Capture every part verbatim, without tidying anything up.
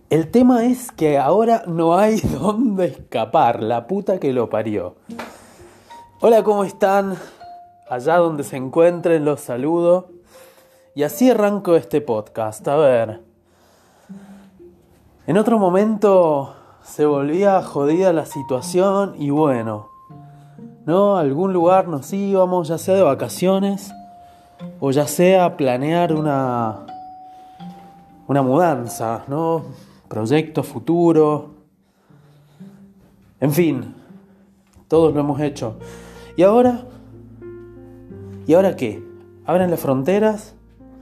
El tema es que ahora no hay dónde escapar, la puta que lo parió. Hola, ¿cómo están? Allá donde se encuentren los saludo. Y así arranco este podcast. A ver. En otro momento se volvía jodida la situación y bueno, ¿no? A algún lugar nos íbamos, ya sea de vacaciones o ya sea a planear una, una mudanza, ¿no? Proyecto futuro. En fin, todos lo hemos hecho. ¿Y ahora? ¿Y ahora qué? ¿Abren las fronteras?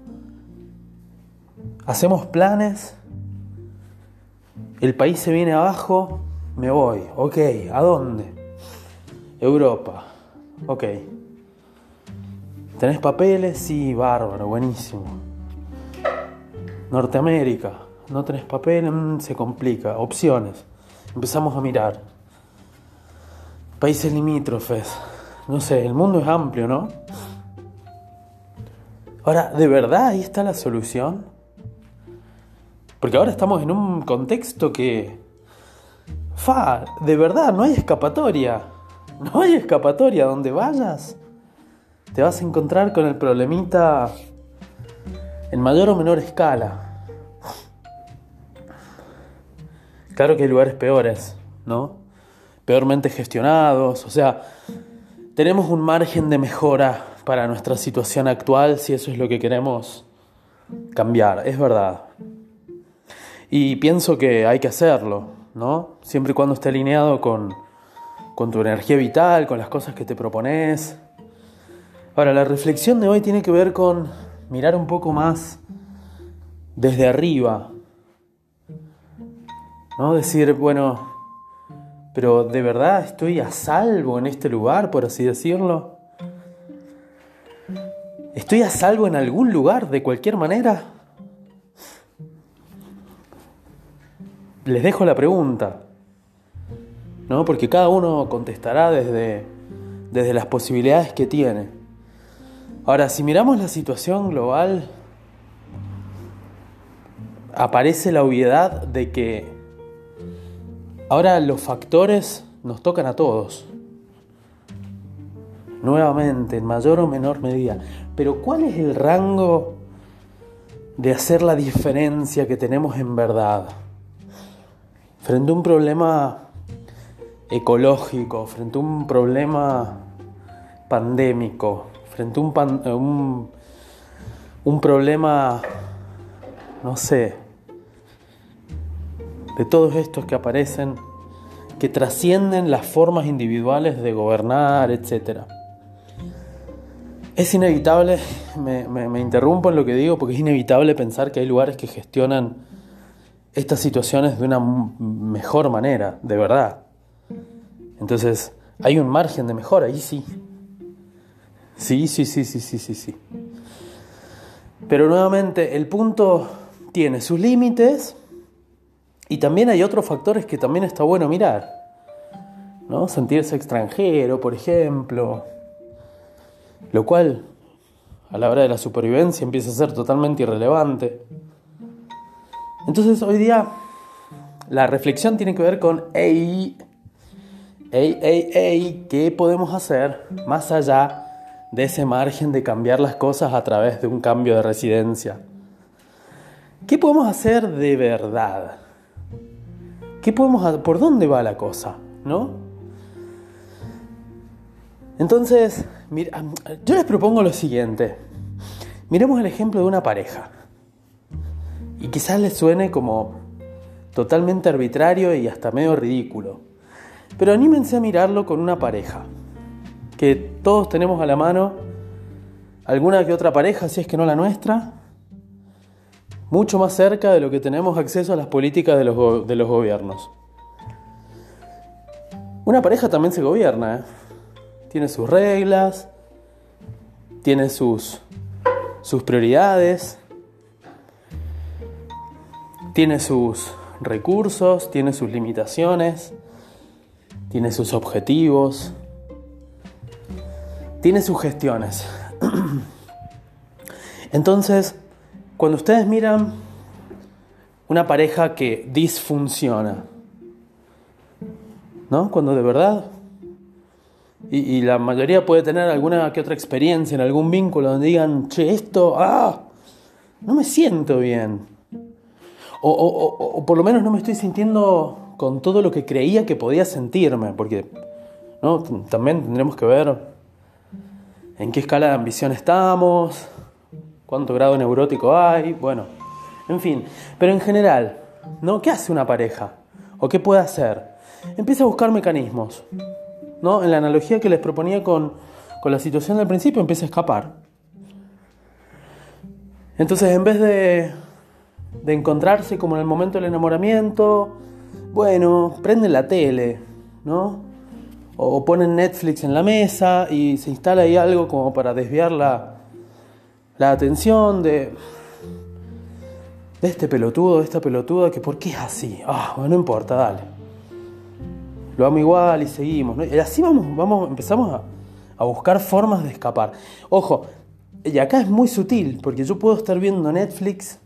¿Hacemos planes? ¿El país se viene abajo? Me voy. Ok, ¿a dónde? Europa. Ok. ¿Tenés papeles? Sí, bárbaro, buenísimo. Norteamérica. ¿No tenés papeles? Mm, se complica. Opciones. Empezamos a mirar. Países limítrofes. No sé, el mundo es amplio, ¿no? Ahora, ¿de verdad ahí está la solución? Porque ahora estamos en un contexto que... Fa, de verdad, no hay escapatoria. No hay escapatoria. Donde vayas, te vas a encontrar con el problemita en mayor o menor escala. Claro que hay lugares peores, ¿no? Peormente gestionados. O sea, tenemos un margen de mejora para nuestra situación actual si eso es lo que queremos cambiar. Es verdad. Y pienso que hay que hacerlo, ¿no? Siempre y cuando esté alineado con, con tu energía vital, con las cosas que te propones. Ahora, la reflexión de hoy tiene que ver con mirar un poco más desde arriba, ¿no? Decir, bueno, pero ¿de verdad estoy a salvo en este lugar, por así decirlo? ¿Estoy a salvo en algún lugar, de cualquier manera? Les dejo la pregunta, ¿no? Porque cada uno contestará desde, desde las posibilidades que tiene. Ahora, si miramos la situación global, aparece la obviedad de que ahora los factores nos tocan a todos. Nuevamente, en mayor o menor medida. Pero ¿cuál es el rango de hacer la diferencia que tenemos en verdad? Frente a un problema ecológico, frente a un problema pandémico, frente a un, pan, un, un problema, no sé, de todos estos que aparecen, que trascienden las formas individuales de gobernar, etcétera. Es inevitable, me, me, me interrumpo en lo que digo, porque es inevitable pensar que hay lugares que gestionan estas situaciones de una mejor manera, de verdad. Entonces, hay un margen de mejora, ahí sí. Sí, sí, sí, sí, sí, sí, sí. Pero nuevamente, el punto tiene sus límites y también hay otros factores que también está bueno mirar, ¿no? Sentirse extranjero, por ejemplo, lo cual, a la hora de la supervivencia, empieza a ser totalmente irrelevante. Entonces hoy día la reflexión tiene que ver con ey, ey, ey, ey, ¿qué podemos hacer más allá de ese margen de cambiar las cosas a través de un cambio de residencia? ¿Qué podemos hacer de verdad? ¿Qué podemos, por dónde va la cosa, ¿no? Entonces, mira, yo les propongo lo siguiente. Miremos el ejemplo de una pareja. Y quizás les suene como totalmente arbitrario y hasta medio ridículo. Pero anímense a mirarlo con una pareja. Que todos tenemos a la mano alguna que otra pareja, si es que no la nuestra. Mucho más cerca de lo que tenemos acceso a las políticas de los, go- de los gobiernos. Una pareja también se gobierna, ¿eh? Tiene sus reglas, tiene sus, sus prioridades, tiene sus recursos, tiene sus limitaciones, tiene sus objetivos, tiene sus gestiones. Entonces, cuando ustedes miran una pareja que disfunciona, ¿no? Cuando de verdad, y, y la mayoría puede tener alguna que otra experiencia en algún vínculo donde digan, che, esto, ah, no me siento bien. O, o, o, o por lo menos no me estoy sintiendo con todo lo que creía que podía sentirme, porque, ¿no? También tendremos que ver en qué escala de ambición estamos, cuánto grado neurótico hay, bueno, en fin. Pero en general, ¿no? ¿Qué hace una pareja? ¿O qué puede hacer? Empieza a buscar mecanismos, ¿no? En la analogía que les proponía con, con la situación del principio, empieza a escapar. Entonces, en vez de, de encontrarse como en el momento del enamoramiento, bueno, prenden la tele, ¿no? O, o ponen Netflix en la mesa y se instala ahí algo como para desviar la, la atención de, de este pelotudo, de esta pelotuda, que ¿por qué es así? Ah, bueno, no importa, dale. Lo amo igual y seguimos, ¿no? Y así vamos, vamos, empezamos a, a buscar formas de escapar. Ojo, y acá es muy sutil, porque yo puedo estar viendo Netflix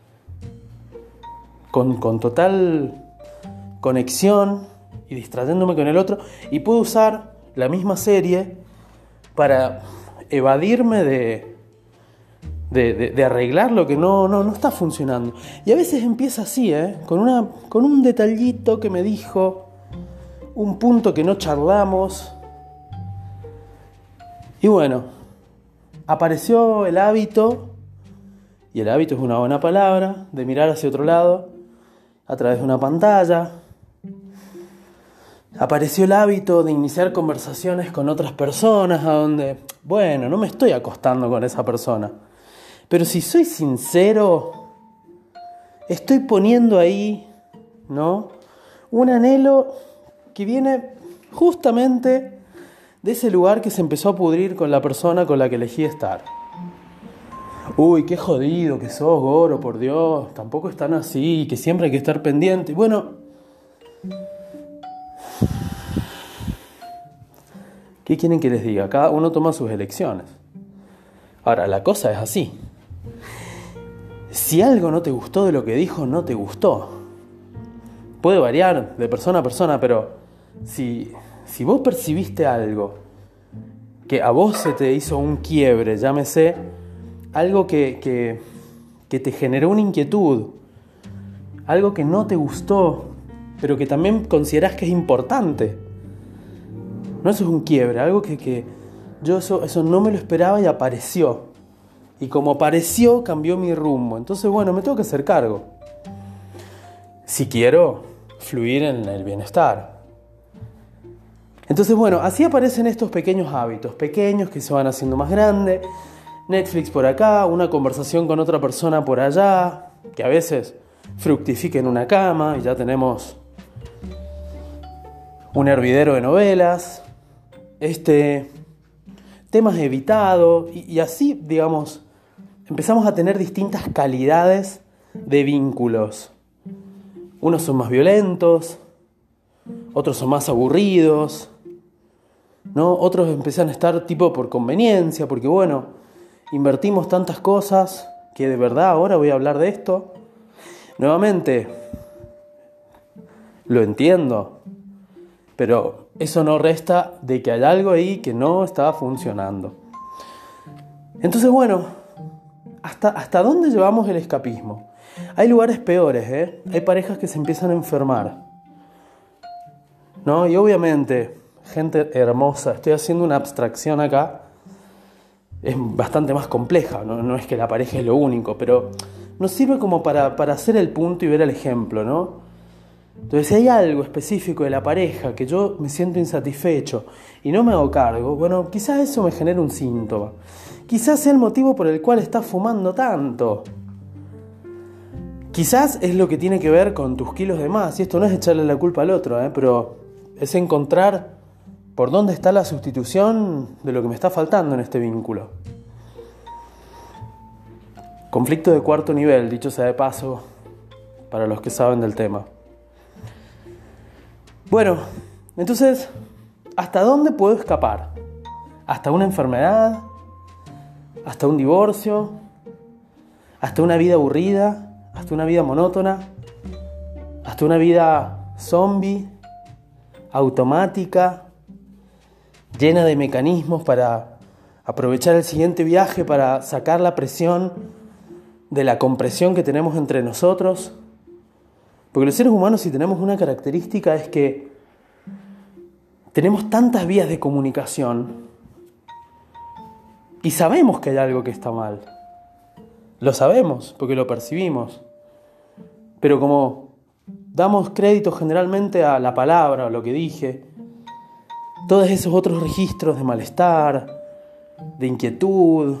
con, con total conexión y distrayéndome con el otro, y puedo usar la misma serie para evadirme de, de, de, de arreglar lo que no, no, no está funcionando. Y a veces empieza así, ¿eh? Con, una, con un detallito que me dijo, un punto que no charlamos. Y bueno, apareció el hábito, y el hábito es una buena palabra, de mirar hacia otro lado a través de una pantalla. Apareció el hábito de iniciar conversaciones con otras personas, a donde, bueno, no me estoy acostando con esa persona, pero si soy sincero, estoy poniendo ahí, ¿no?, un anhelo que viene justamente de ese lugar que se empezó a pudrir con la persona con la que elegí estar. Uy, qué jodido que sos, Goro, por Dios, tampoco es tan así, que siempre hay que estar pendiente. Bueno, ¿qué quieren que les diga? Cada uno toma sus elecciones. Ahora, la cosa es así. Si algo no te gustó de lo que dijo, no te gustó. Puede variar de persona a persona, pero si, si vos percibiste algo que a vos se te hizo un quiebre, llámese, algo que, que, que te generó una inquietud, algo que no te gustó, pero que también considerás que es importante. No, eso es un quiebre, algo que, que yo eso, eso no me lo esperaba y apareció. Y como apareció, cambió mi rumbo. Entonces, bueno, me tengo que hacer cargo. Si quiero fluir en el bienestar. Entonces, bueno, así aparecen estos pequeños hábitos, pequeños que se van haciendo más grandes. Netflix por acá, una conversación con otra persona por allá, que a veces fructifica en una cama y ya tenemos un hervidero de novelas. Este, temas evitados y, y así, digamos, empezamos a tener distintas calidades de vínculos. Unos son más violentos, otros son más aburridos, ¿no? Otros empiezan a estar tipo por conveniencia, porque bueno, invertimos tantas cosas que de verdad ahora voy a hablar de esto. Nuevamente, lo entiendo, pero eso no resta de que hay algo ahí que no está funcionando. Entonces, bueno, ¿hasta, hasta dónde llevamos el escapismo? Hay lugares peores, ¿eh? Hay parejas que se empiezan a enfermar, ¿no? Y obviamente, gente hermosa, estoy haciendo una abstracción acá, es bastante más compleja, ¿no? No es que la pareja es lo único, pero nos sirve como para, para hacer el punto y ver el ejemplo, ¿no? Entonces, si hay algo específico de la pareja que yo me siento insatisfecho y no me hago cargo, bueno, quizás eso me genere un síntoma. Quizás sea el motivo por el cual estás fumando tanto. Quizás es lo que tiene que ver con tus kilos de más. Y esto no es echarle la culpa al otro, ¿eh? Pero es encontrar por dónde está la sustitución de lo que me está faltando en este vínculo. Conflicto de cuarto nivel, dicho sea de paso, para los que saben del tema. Bueno, entonces, ¿hasta dónde puedo escapar? ¿Hasta una enfermedad? ¿Hasta un divorcio? ¿Hasta una vida aburrida? hasta una vida monótona, hasta una vida zombie, automática, llena de mecanismos para aprovechar el siguiente viaje, para sacar la presión de la compresión que tenemos entre nosotros. Porque los seres humanos, si tenemos una característica, es que tenemos tantas vías de comunicación y sabemos que hay algo que está mal. Lo sabemos porque lo percibimos. Pero como damos crédito generalmente a la palabra, a lo que dije, todos esos otros registros de malestar, de inquietud,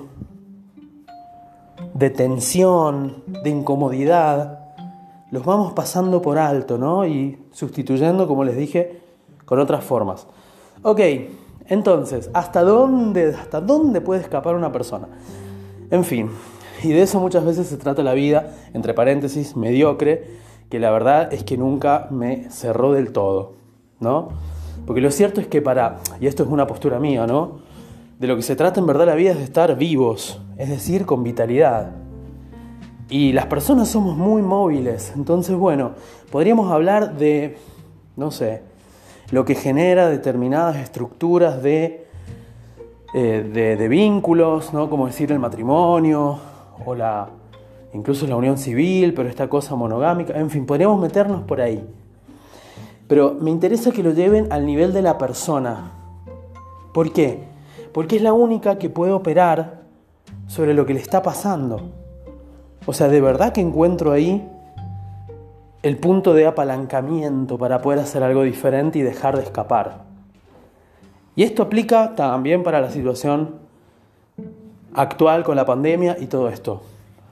de tensión, de incomodidad, los vamos pasando por alto, ¿no? Y sustituyendo, como les dije, con otras formas. Ok, entonces, ¿hasta dónde, hasta dónde puede escapar una persona? En fin, y de eso muchas veces se trata la vida, entre paréntesis, mediocre, que la verdad es que nunca me cerró del todo, ¿no? Porque lo cierto es que para, y esto es una postura mía, ¿no? De lo que se trata en verdad la vida es de estar vivos, es decir, con vitalidad. Y las personas somos muy móviles, entonces bueno, podríamos hablar de, no sé, lo que genera determinadas estructuras de, eh, de, de vínculos, ¿no? Como decir el matrimonio, o la, incluso la unión civil, pero esta cosa monogámica, en fin, podríamos meternos por ahí. Pero me interesa que lo lleven al nivel de la persona. ¿Por qué? Porque es la única que puede operar sobre lo que le está pasando. O sea, de verdad que encuentro ahí el punto de apalancamiento para poder hacer algo diferente y dejar de escapar. Y esto aplica también para la situación actual con la pandemia y todo esto.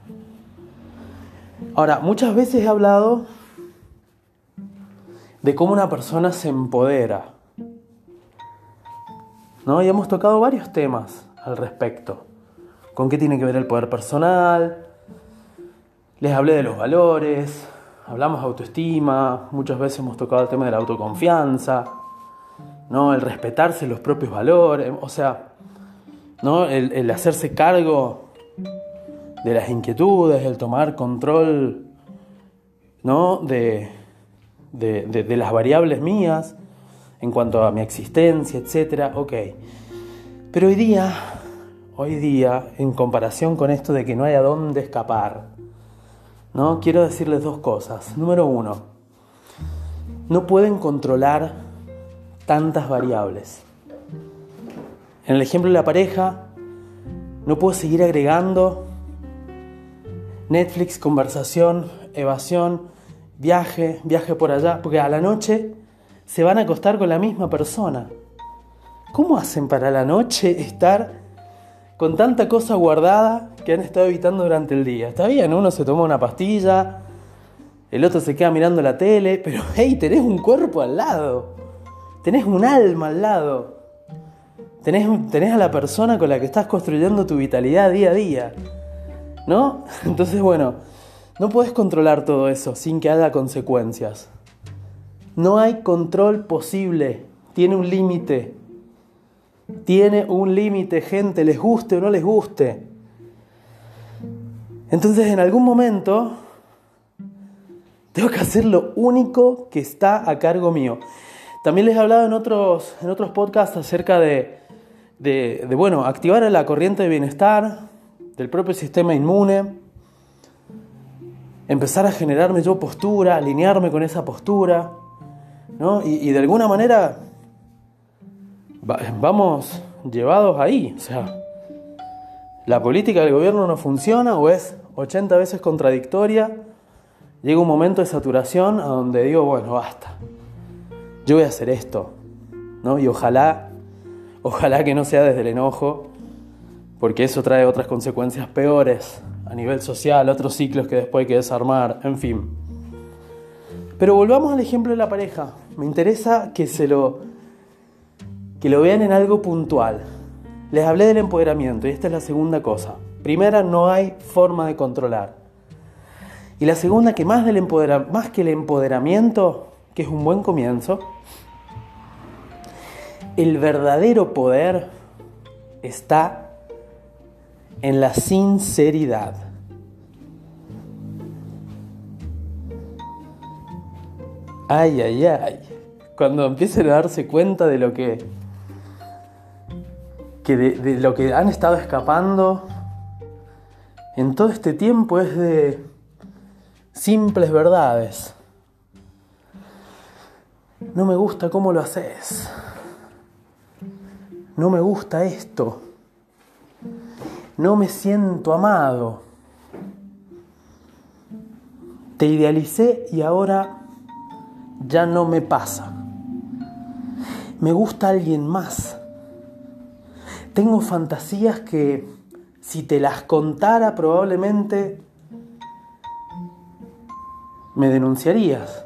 Ahora, muchas veces he hablado de cómo una persona se empodera, ¿no? Y hemos tocado varios temas al respecto. ¿Con qué tiene que ver el poder personal? Les hablé de los valores, hablamos de autoestima, muchas veces hemos tocado el tema de la autoconfianza, ¿no? El respetarse los propios valores, o sea, ¿no? el, el hacerse cargo de las inquietudes, el tomar control, ¿no? de, de, de, de las variables mías en cuanto a mi existencia, etcétera. Ok. Pero hoy día, hoy día, en comparación con esto de que no hay a dónde escapar, ¿no? Quiero decirles dos cosas. Número uno, no pueden controlar tantas variables. En el ejemplo de la pareja, no puedo seguir agregando Netflix, conversación, evasión, viaje, viaje por allá, porque a la noche se van a acostar con la misma persona. ¿Cómo hacen para la noche estar con tanta cosa guardada que han estado evitando durante el día? Está bien, uno se toma una pastilla, el otro se queda mirando la tele, pero hey, tenés un cuerpo al lado, tenés un alma al lado, tenés, tenés a la persona con la que estás construyendo tu vitalidad día a día, ¿no? Entonces, bueno, no podés controlar todo eso sin que haya consecuencias. No hay control posible, tiene un límite. Tiene un límite, gente, les guste o no les guste. Entonces, en algún momento, tengo que hacer lo único que está a cargo mío. También les he hablado en otros, en otros podcasts acerca de, de, de, bueno, activar la corriente de bienestar, del propio sistema inmune, empezar a generarme yo postura, alinearme con esa postura, ¿no? Y, y de alguna manera vamos llevados ahí. O sea, la política del gobierno no funciona o es ochenta veces contradictoria. Llega un momento de saturación a donde digo, bueno, basta. Yo voy a hacer esto, ¿no? Y ojalá, ojalá que no sea desde el enojo, porque eso trae otras consecuencias peores a nivel social, otros ciclos que después hay que desarmar, en fin. Pero volvamos al ejemplo de la pareja. Me interesa que se lo... que lo vean en algo puntual. Les hablé del empoderamiento y esta es la segunda cosa. Primera, no hay forma de controlar. Y la segunda, que más, del empodera- más que el empoderamiento, que es un buen comienzo, el verdadero poder está en la sinceridad. Ay, ay, ay. Cuando empiecen a darse cuenta de lo que... que de, de lo que han estado escapando en todo este tiempo es de simples verdades. No me gusta cómo lo haces. No me gusta esto. No me siento amado. Te idealicé y ahora ya no me pasa. Me gusta alguien más. Tengo fantasías que, si te las contara, probablemente me denunciarías.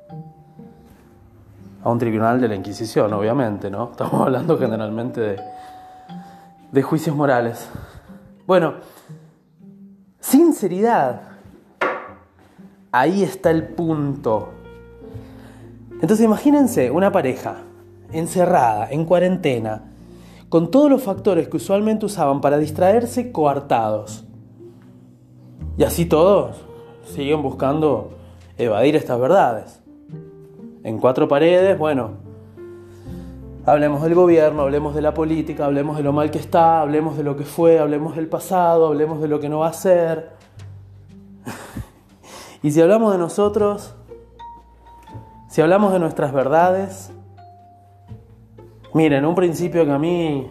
A un tribunal de la Inquisición, obviamente, ¿no? Estamos hablando generalmente de, de juicios morales. Bueno, sinceridad. Ahí está el punto. Entonces imagínense una pareja encerrada, en cuarentena, con todos los factores que usualmente usaban para distraerse coartados. Y así todos siguen buscando evadir estas verdades. En cuatro paredes, bueno, hablemos del gobierno, hablemos de la política, hablemos de lo mal que está, hablemos de lo que fue, hablemos del pasado, hablemos de lo que no va a ser. Y si hablamos de nosotros, si hablamos de nuestras verdades, miren, un principio que a mí,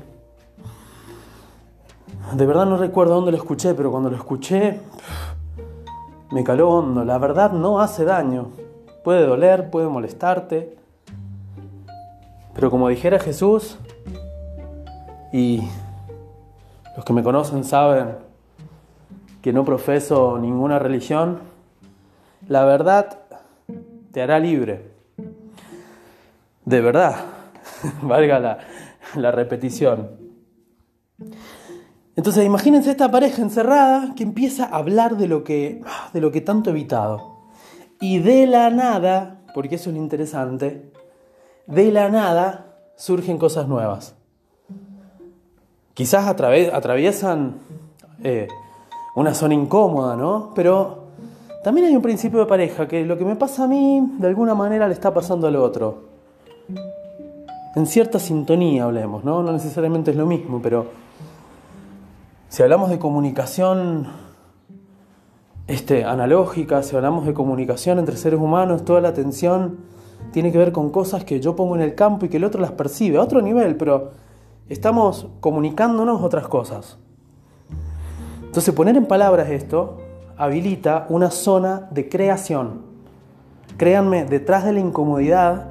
de verdad no recuerdo dónde lo escuché, pero cuando lo escuché, me caló hondo. La verdad no hace daño. Puede doler, puede molestarte. Pero como dijera Jesús, y los que me conocen saben que no profeso ninguna religión, la verdad te hará libre. De verdad, valga la, la repetición. Entonces imagínense esta pareja encerrada que empieza a hablar de lo que, de lo que tanto he evitado. Y de la nada, porque eso es lo interesante, de la nada surgen cosas nuevas. Quizás atraves, atraviesan eh, una zona incómoda, ¿no? Pero también hay un principio de pareja, que lo que me pasa a mí, de alguna manera le está pasando al otro. En cierta sintonía hablemos, ¿no? No necesariamente es lo mismo, pero si hablamos de comunicación este, analógica, si hablamos de comunicación entre seres humanos, toda la atención tiene que ver con cosas que yo pongo en el campo y que el otro las percibe a otro nivel, pero estamos comunicándonos otras cosas. Entonces, poner en palabras esto habilita una zona de creación. Créanme, detrás de la incomodidad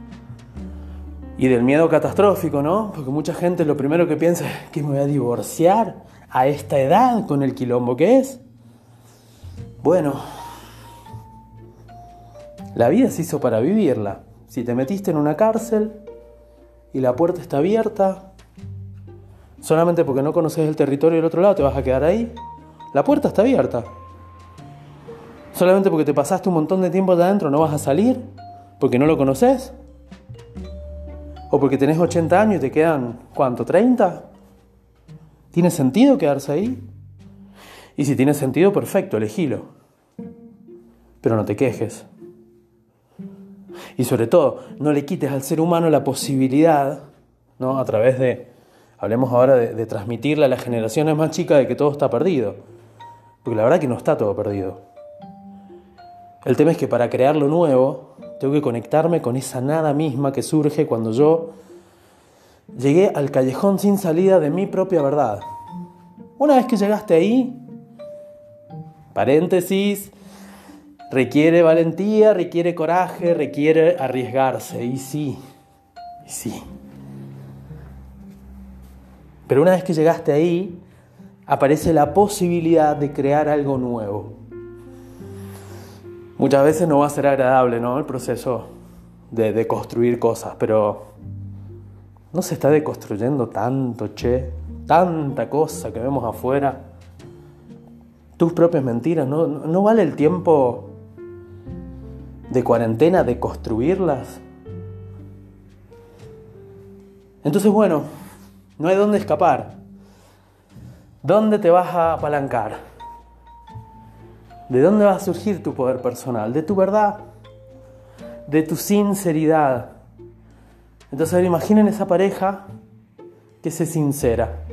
y del miedo catastrófico, ¿no? Porque mucha gente lo primero que piensa es que me voy a divorciar a esta edad con el quilombo que es. Bueno, la vida se hizo para vivirla. Si te metiste en una cárcel y la puerta está abierta, solamente porque no conoces el territorio del otro lado te vas a quedar ahí. La puerta está abierta. Solamente porque te pasaste un montón de tiempo allá adentro no vas a salir, porque no lo conoces. O porque tenés ochenta años y te quedan, ¿cuánto? ¿treinta? ¿Tiene sentido quedarse ahí? Y si tiene sentido, perfecto, elegilo. Pero no te quejes. Y sobre todo, no le quites al ser humano la posibilidad, ¿no? A través de, hablemos ahora de, de transmitirle a las generaciones más chicas de que todo está perdido. Porque la verdad que no está todo perdido. El tema es que para crear lo nuevo, tengo que conectarme con esa nada misma que surge cuando yo llegué al callejón sin salida de mi propia verdad. Una vez que llegaste ahí, paréntesis, requiere valentía, requiere coraje, requiere arriesgarse. Y sí, y sí. Pero una vez que llegaste ahí, aparece la posibilidad de crear algo nuevo. Muchas veces no va a ser agradable, ¿no? El proceso de, de construir cosas, pero no se está deconstruyendo tanto, che. Tanta cosa que vemos afuera. Tus propias mentiras, ¿no? ¿No vale el tiempo de cuarentena de construirlas? Entonces, bueno, no hay dónde escapar. ¿Dónde te vas a apalancar? ¿De dónde va a surgir tu poder personal? ¿De tu verdad? de tu sinceridad. Entonces, a ver, imaginen esa pareja que se sincera.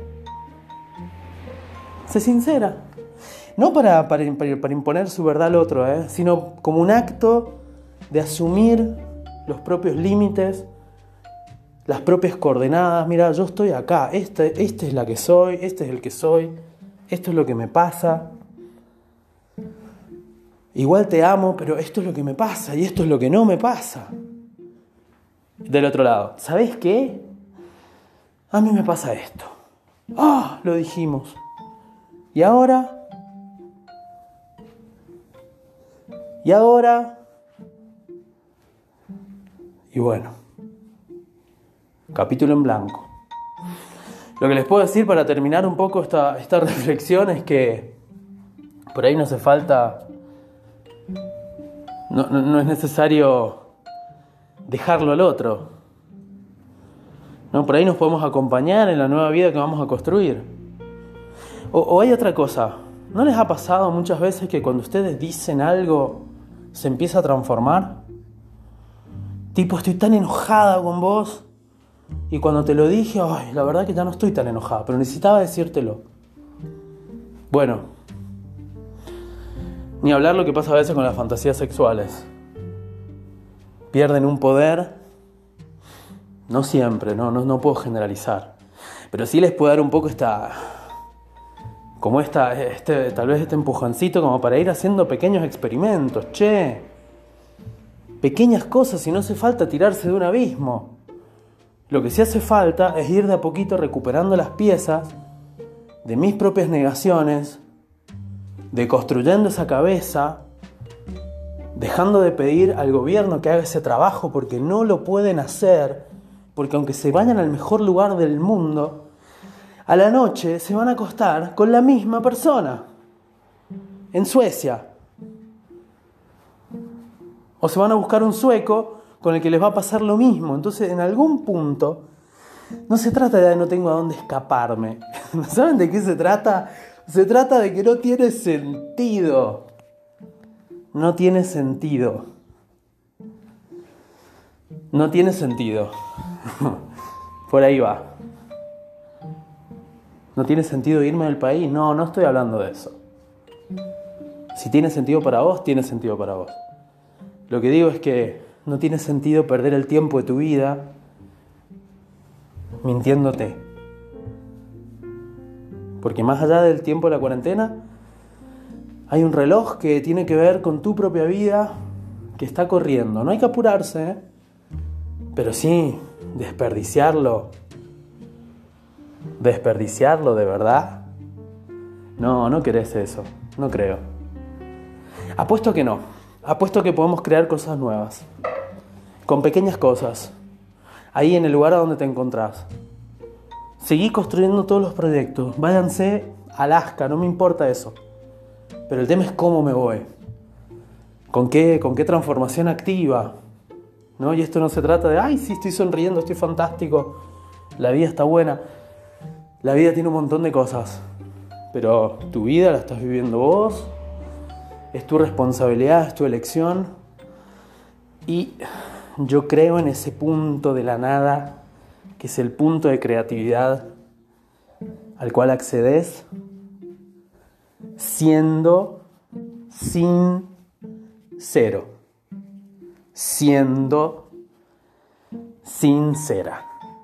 Se sincera. No para, para, para imponer su verdad al otro, ¿eh? sino como un acto de asumir los propios límites, las propias coordenadas. Mira, yo estoy acá, esta este es la que soy, este es el que soy, esto es lo que me pasa. Igual te amo, pero esto es lo que me pasa y esto es lo que no me pasa. Del otro lado, ¿sabes qué? A mí me pasa esto. ¡Ah! Lo dijimos. ¿Y ahora? ¿Y ahora? Y bueno, capítulo en blanco. Lo que les puedo decir para terminar un poco esta, esta reflexión es que por ahí no hace falta, no, no, no es necesario dejarlo al otro. No, por ahí nos podemos acompañar en la nueva vida que vamos a construir. O, o hay otra cosa. ¿No les ha pasado muchas veces que cuando ustedes dicen algo se empieza a transformar? Tipo, estoy tan enojada con vos y cuando te lo dije, ay, la verdad que ya no estoy tan enojada, pero necesitaba decírtelo. Bueno, ni hablar lo que pasa a veces con las fantasías sexuales. Pierden un poder, no siempre, no, no, no puedo generalizar, pero sí les puedo dar un poco esta, como esta, este, tal vez este empujoncito como para ir haciendo pequeños experimentos, che, pequeñas cosas y no hace falta tirarse de un abismo. Lo que sí hace falta es ir de a poquito recuperando las piezas de mis propias negaciones, de construyendo esa cabeza, dejando de pedir al gobierno que haga ese trabajo porque no lo pueden hacer, porque aunque se vayan al mejor lugar del mundo, a la noche se van a acostar con la misma persona, en Suecia. O se van a buscar un sueco con el que les va a pasar lo mismo. Entonces, en algún punto, no se trata de no tengo a dónde escaparme. ¿Saben de qué se trata? Se trata de que no tiene sentido. No tiene sentido. No tiene sentido. Por ahí va. ¿No tiene sentido irme del país? No, no estoy hablando de eso. Si tiene sentido para vos, tiene sentido para vos. Lo que digo es que no tiene sentido perder el tiempo de tu vida mintiéndote. Porque más allá del tiempo de la cuarentena, hay un reloj que tiene que ver con tu propia vida que está corriendo. No hay que apurarse, ¿eh? Pero sí, desperdiciarlo. ¿Desperdiciarlo de verdad? No, no querés eso. No creo. Apuesto que no. Apuesto que podemos crear cosas nuevas. Con pequeñas cosas. Ahí en el lugar a donde te encontrás. Seguí construyendo todos los proyectos. Váyanse a Alaska, no me importa eso. Pero el tema es cómo me voy. ¿Con qué, con qué transformación activa? ¿No? Y esto no se trata de, ay, sí, estoy sonriendo, estoy fantástico. La vida está buena. La vida tiene un montón de cosas. Pero tu vida la estás viviendo vos. Es tu responsabilidad, es tu elección. Y yo creo en ese punto de la nada, que es el punto de creatividad al cual accedes siendo sincero, siendo sincera.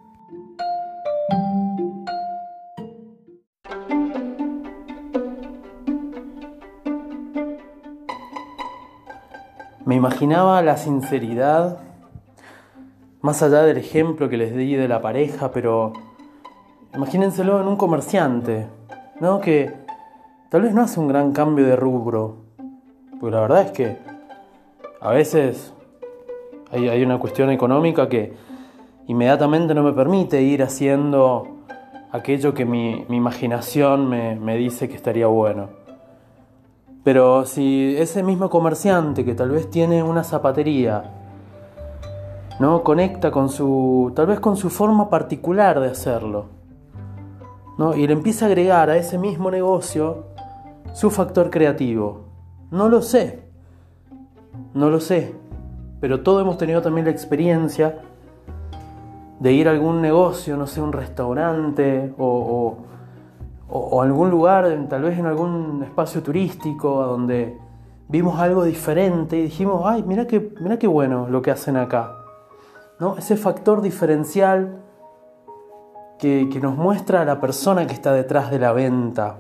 Me imaginaba la sinceridad, más allá del ejemplo que les di de la pareja, pero imagínenselo en un comerciante, ¿no? Que tal vez no hace un gran cambio de rubro, porque la verdad es que a veces hay, hay una cuestión económica que inmediatamente no me permite ir haciendo aquello que mi, mi imaginación me, me dice que estaría bueno. Pero si ese mismo comerciante que tal vez tiene una zapatería, ¿no? Conecta con su, tal vez con su forma particular de hacerlo, ¿no? Y le empieza a agregar a ese mismo negocio su factor creativo. No lo sé, no lo sé, pero todos hemos tenido también la experiencia de ir a algún negocio, no sé, un restaurante o, o, o algún lugar, tal vez en algún espacio turístico donde vimos algo diferente y dijimos, ay, mirá qué, mirá qué bueno lo que hacen acá, ¿no? Ese factor diferencial que, que nos muestra a la persona que está detrás de la venta.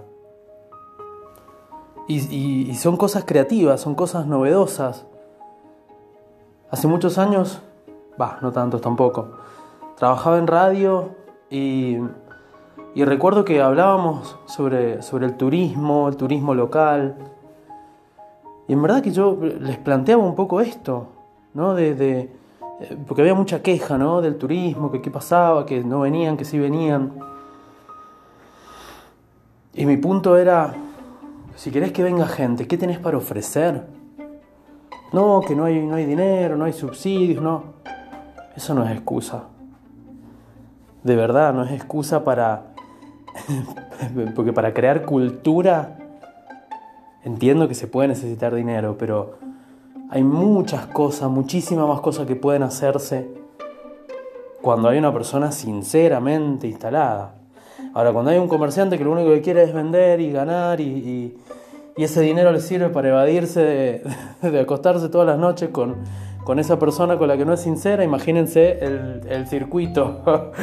Y, y, y son cosas creativas, son cosas novedosas. Hace muchos años, bah, no tantos tampoco, trabajaba en radio y, y recuerdo que hablábamos sobre, sobre el turismo, el turismo local. Y en verdad que yo les planteaba un poco esto, ¿no? De, de, porque había mucha queja, ¿no? Del turismo, que qué pasaba, que no venían, que sí venían. Y mi punto era, si querés que venga gente, ¿qué tenés para ofrecer? No, que no hay, no hay dinero, no hay subsidios, no. Eso no es excusa. De verdad, no es excusa para... porque para crear cultura entiendo que se puede necesitar dinero, pero hay muchas cosas, muchísimas más cosas que pueden hacerse cuando hay una persona sinceramente instalada. Ahora, cuando hay un comerciante que lo único que quiere es vender y ganar y, y, y ese dinero le sirve para evadirse de, de acostarse todas las noches con, con esa persona con la que no es sincera, imagínense el, el circuito.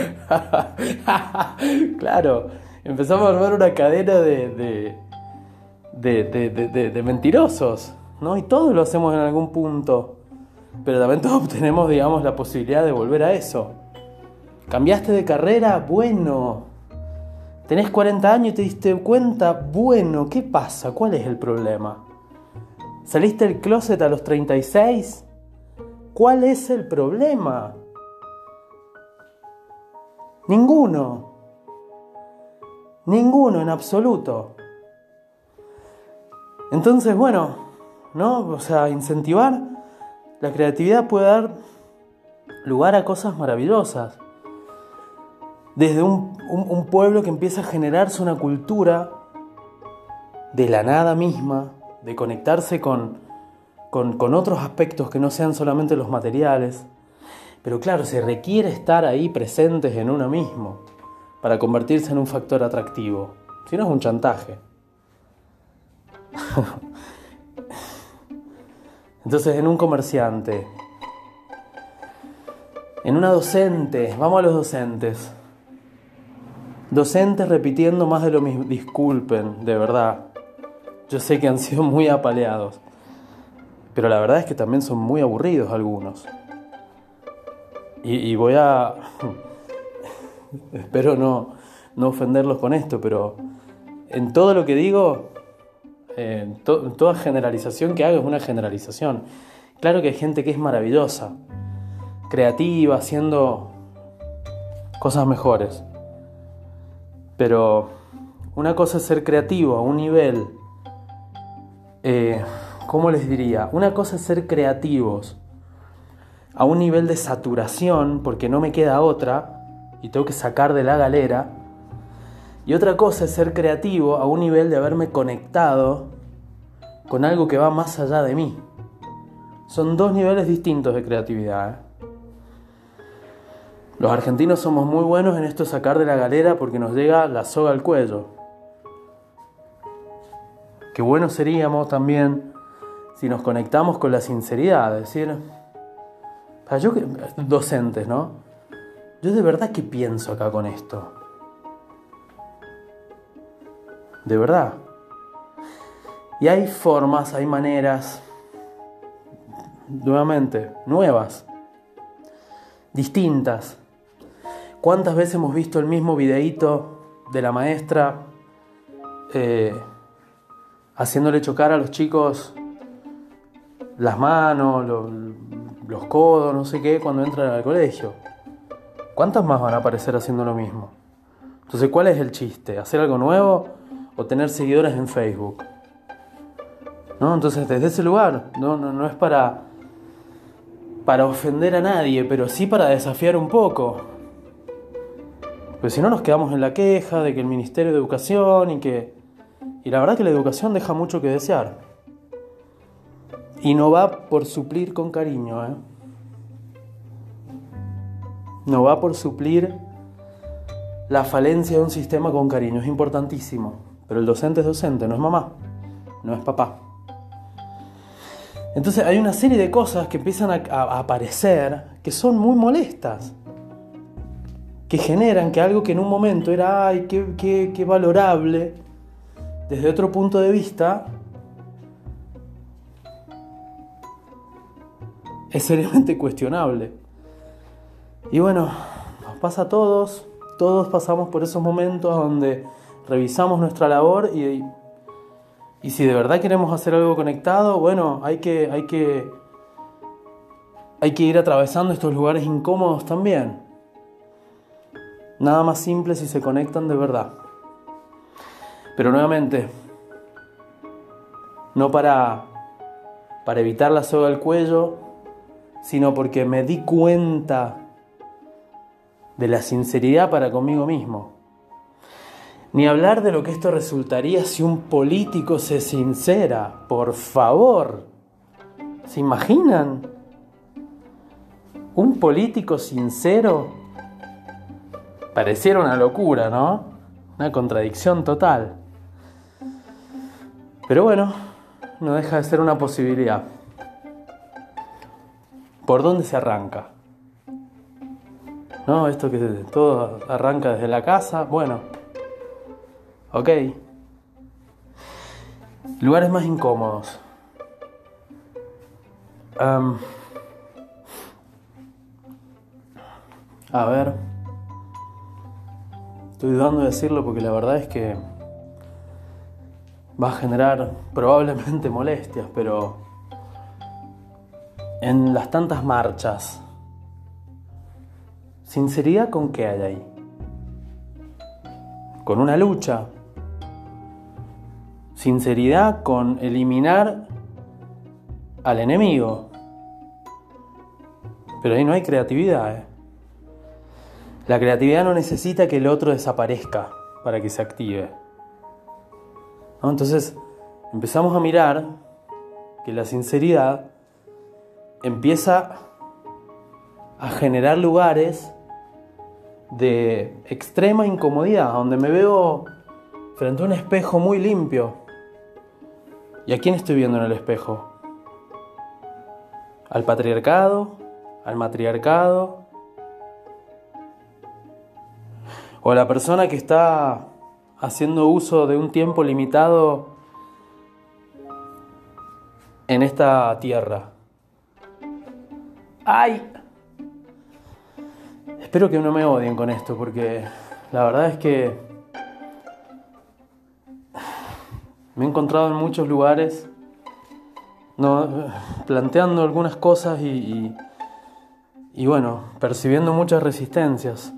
Claro, empezamos a armar una cadena de, de, de, de, de, de, de mentirosos, ¿no? Y todos lo hacemos en algún punto, pero también todos tenemos, digamos, la posibilidad de volver a eso. ¿Cambiaste de carrera? Bueno. ¿Tenés cuarenta años y te diste cuenta? Bueno, ¿qué pasa? ¿Cuál es el problema? ¿Saliste del closet a los treinta y seis? ¿Cuál es el problema? Ninguno. Ninguno en absoluto. Entonces, bueno, ¿no? O sea, incentivar la creatividad puede dar lugar a cosas maravillosas. Desde un, un, un pueblo que empieza a generarse una cultura de la nada misma, de conectarse con, con, con otros aspectos que no sean solamente los materiales. Pero claro, se requiere estar ahí presentes en uno mismo para convertirse en un factor atractivo. Si no es un chantaje. Entonces, en un comerciante, en una docente, vamos a los docentes. Docentes repitiendo más de lo mismo. Disculpen, de verdad. Yo sé que han sido muy apaleados, pero la verdad es que también son muy aburridos algunos. Y, y voy a... espero no, no ofenderlos con esto, pero en todo lo que digo, eh, to, toda generalización que hago es una generalización. Claro que hay gente que es maravillosa, creativa, haciendo cosas mejores. Pero una cosa es ser creativo a un nivel, eh, ¿cómo les diría? Una cosa es ser creativos a un nivel de saturación, porque no me queda otra y tengo que sacar de la galera. Y otra cosa es ser creativo a un nivel de haberme conectado con algo que va más allá de mí. Son dos niveles distintos de creatividad, ¿eh? Los argentinos somos muy buenos en esto de sacar de la galera porque nos llega la soga al cuello. Qué buenos seríamos también si nos conectamos con la sinceridad, es decir, para yo, docentes, ¿no? Yo de verdad que pienso acá con esto. De verdad. Y hay formas, hay maneras, nuevamente, nuevas, distintas. ¿Cuántas veces hemos visto el mismo videíto de la maestra eh, haciéndole chocar a los chicos las manos, los, los codos, no sé qué, cuando entran al colegio? ¿Cuántas más van a aparecer haciendo lo mismo? Entonces, ¿cuál es el chiste? ¿Hacer algo nuevo o tener seguidores en Facebook? ¿No? Entonces, desde ese lugar, no, no, no es para, para ofender a nadie, pero sí para desafiar un poco. Pues si no nos quedamos en la queja de que el Ministerio de Educación y que... Y la verdad que la educación deja mucho que desear. Y no va por suplir con cariño, ¿eh? no va por suplir la falencia de un sistema con cariño, es importantísimo. Pero el docente es docente, no es mamá, no es papá. Entonces hay una serie de cosas que empiezan a, a aparecer que son muy molestas, que generan que algo que en un momento era ay, qué, qué, qué valorable, desde otro punto de vista, es seriamente cuestionable. Y bueno, nos pasa a todos, todos pasamos por esos momentos donde revisamos nuestra labor y, y si de verdad queremos hacer algo conectado, bueno, hay que, hay que, hay que ir atravesando estos lugares incómodos también. Nada más simple si se conectan de verdad. Pero nuevamente, no para, para evitar la soga al cuello, sino porque me di cuenta de la sinceridad para conmigo mismo. Ni hablar de lo que esto resultaría si un político se sincera. Por favor, ¿se imaginan? Un político sincero pareciera una locura, ¿no? Una contradicción total. Pero bueno, no deja de ser una posibilidad. ¿Por dónde se arranca? ¿No? Esto que todo arranca desde la casa. Bueno, ok. Lugares más incómodos. Um, a ver. Estoy dudando de decirlo porque la verdad es que va a generar probablemente molestias, pero en las tantas marchas, ¿sinceridad con qué hay ahí? Con una lucha. Sinceridad con eliminar al enemigo. Pero ahí no hay creatividad, ¿eh? La creatividad no necesita que el otro desaparezca para que se active, ¿no? Entonces empezamos a mirar que la sinceridad empieza a generar lugares de extrema incomodidad, donde me veo frente a un espejo muy limpio. ¿Y a quién estoy viendo en el espejo? ¿Al patriarcado? ¿Al matriarcado? ¿O a la persona que está haciendo uso de un tiempo limitado en esta tierra? ¡Ay! Espero que no me odien con esto, porque la verdad es que me he encontrado en muchos lugares no, planteando algunas cosas y, y, y bueno, percibiendo muchas resistencias.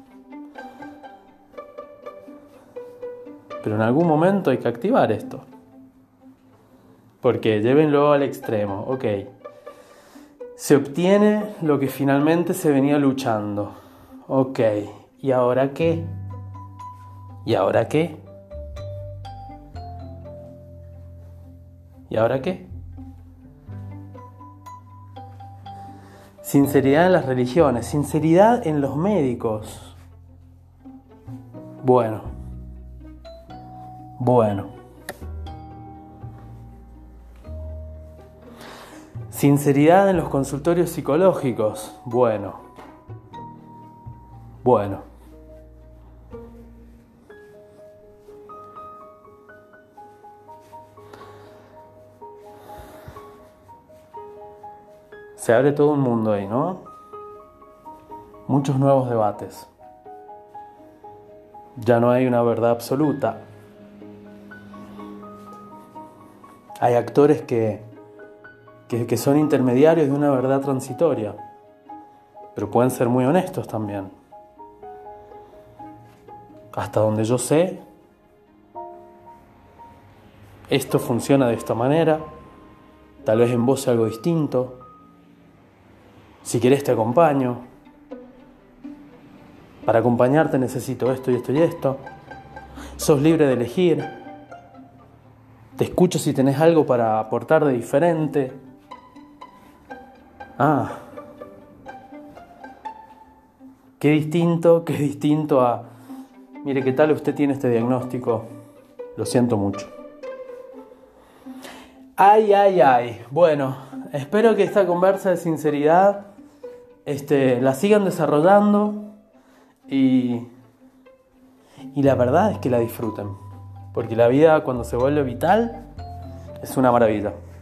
Pero en algún momento hay que activar esto. Porque llévenlo al extremo, ok. Se obtiene lo que finalmente se venía luchando. Ok, ¿y ahora qué? ¿Y ahora qué? ¿Y ahora qué? Sinceridad en las religiones, sinceridad en los médicos. Bueno. Bueno. Sinceridad en los consultorios psicológicos. Bueno. Bueno. Se abre todo un mundo ahí, ¿no? Muchos nuevos debates. Ya no hay una verdad absoluta. Hay actores que, que, que son intermediarios de una verdad transitoria, pero pueden ser muy honestos también. Hasta donde yo sé, esto funciona de esta manera, tal vez en vos sea algo distinto. Si querés te acompaño. Para acompañarte necesito esto y esto y esto. Sos libre de elegir. Te escucho si tenés algo para aportar de diferente. Ah. Qué distinto, qué distinto a, mire, ¿qué tal usted tiene este diagnóstico? Lo siento mucho. Ay, ay, ay. Bueno, espero que esta conversa de sinceridad este, la sigan desarrollando y, y la verdad es que la disfruten. Porque la vida cuando se vuelve vital es una maravilla.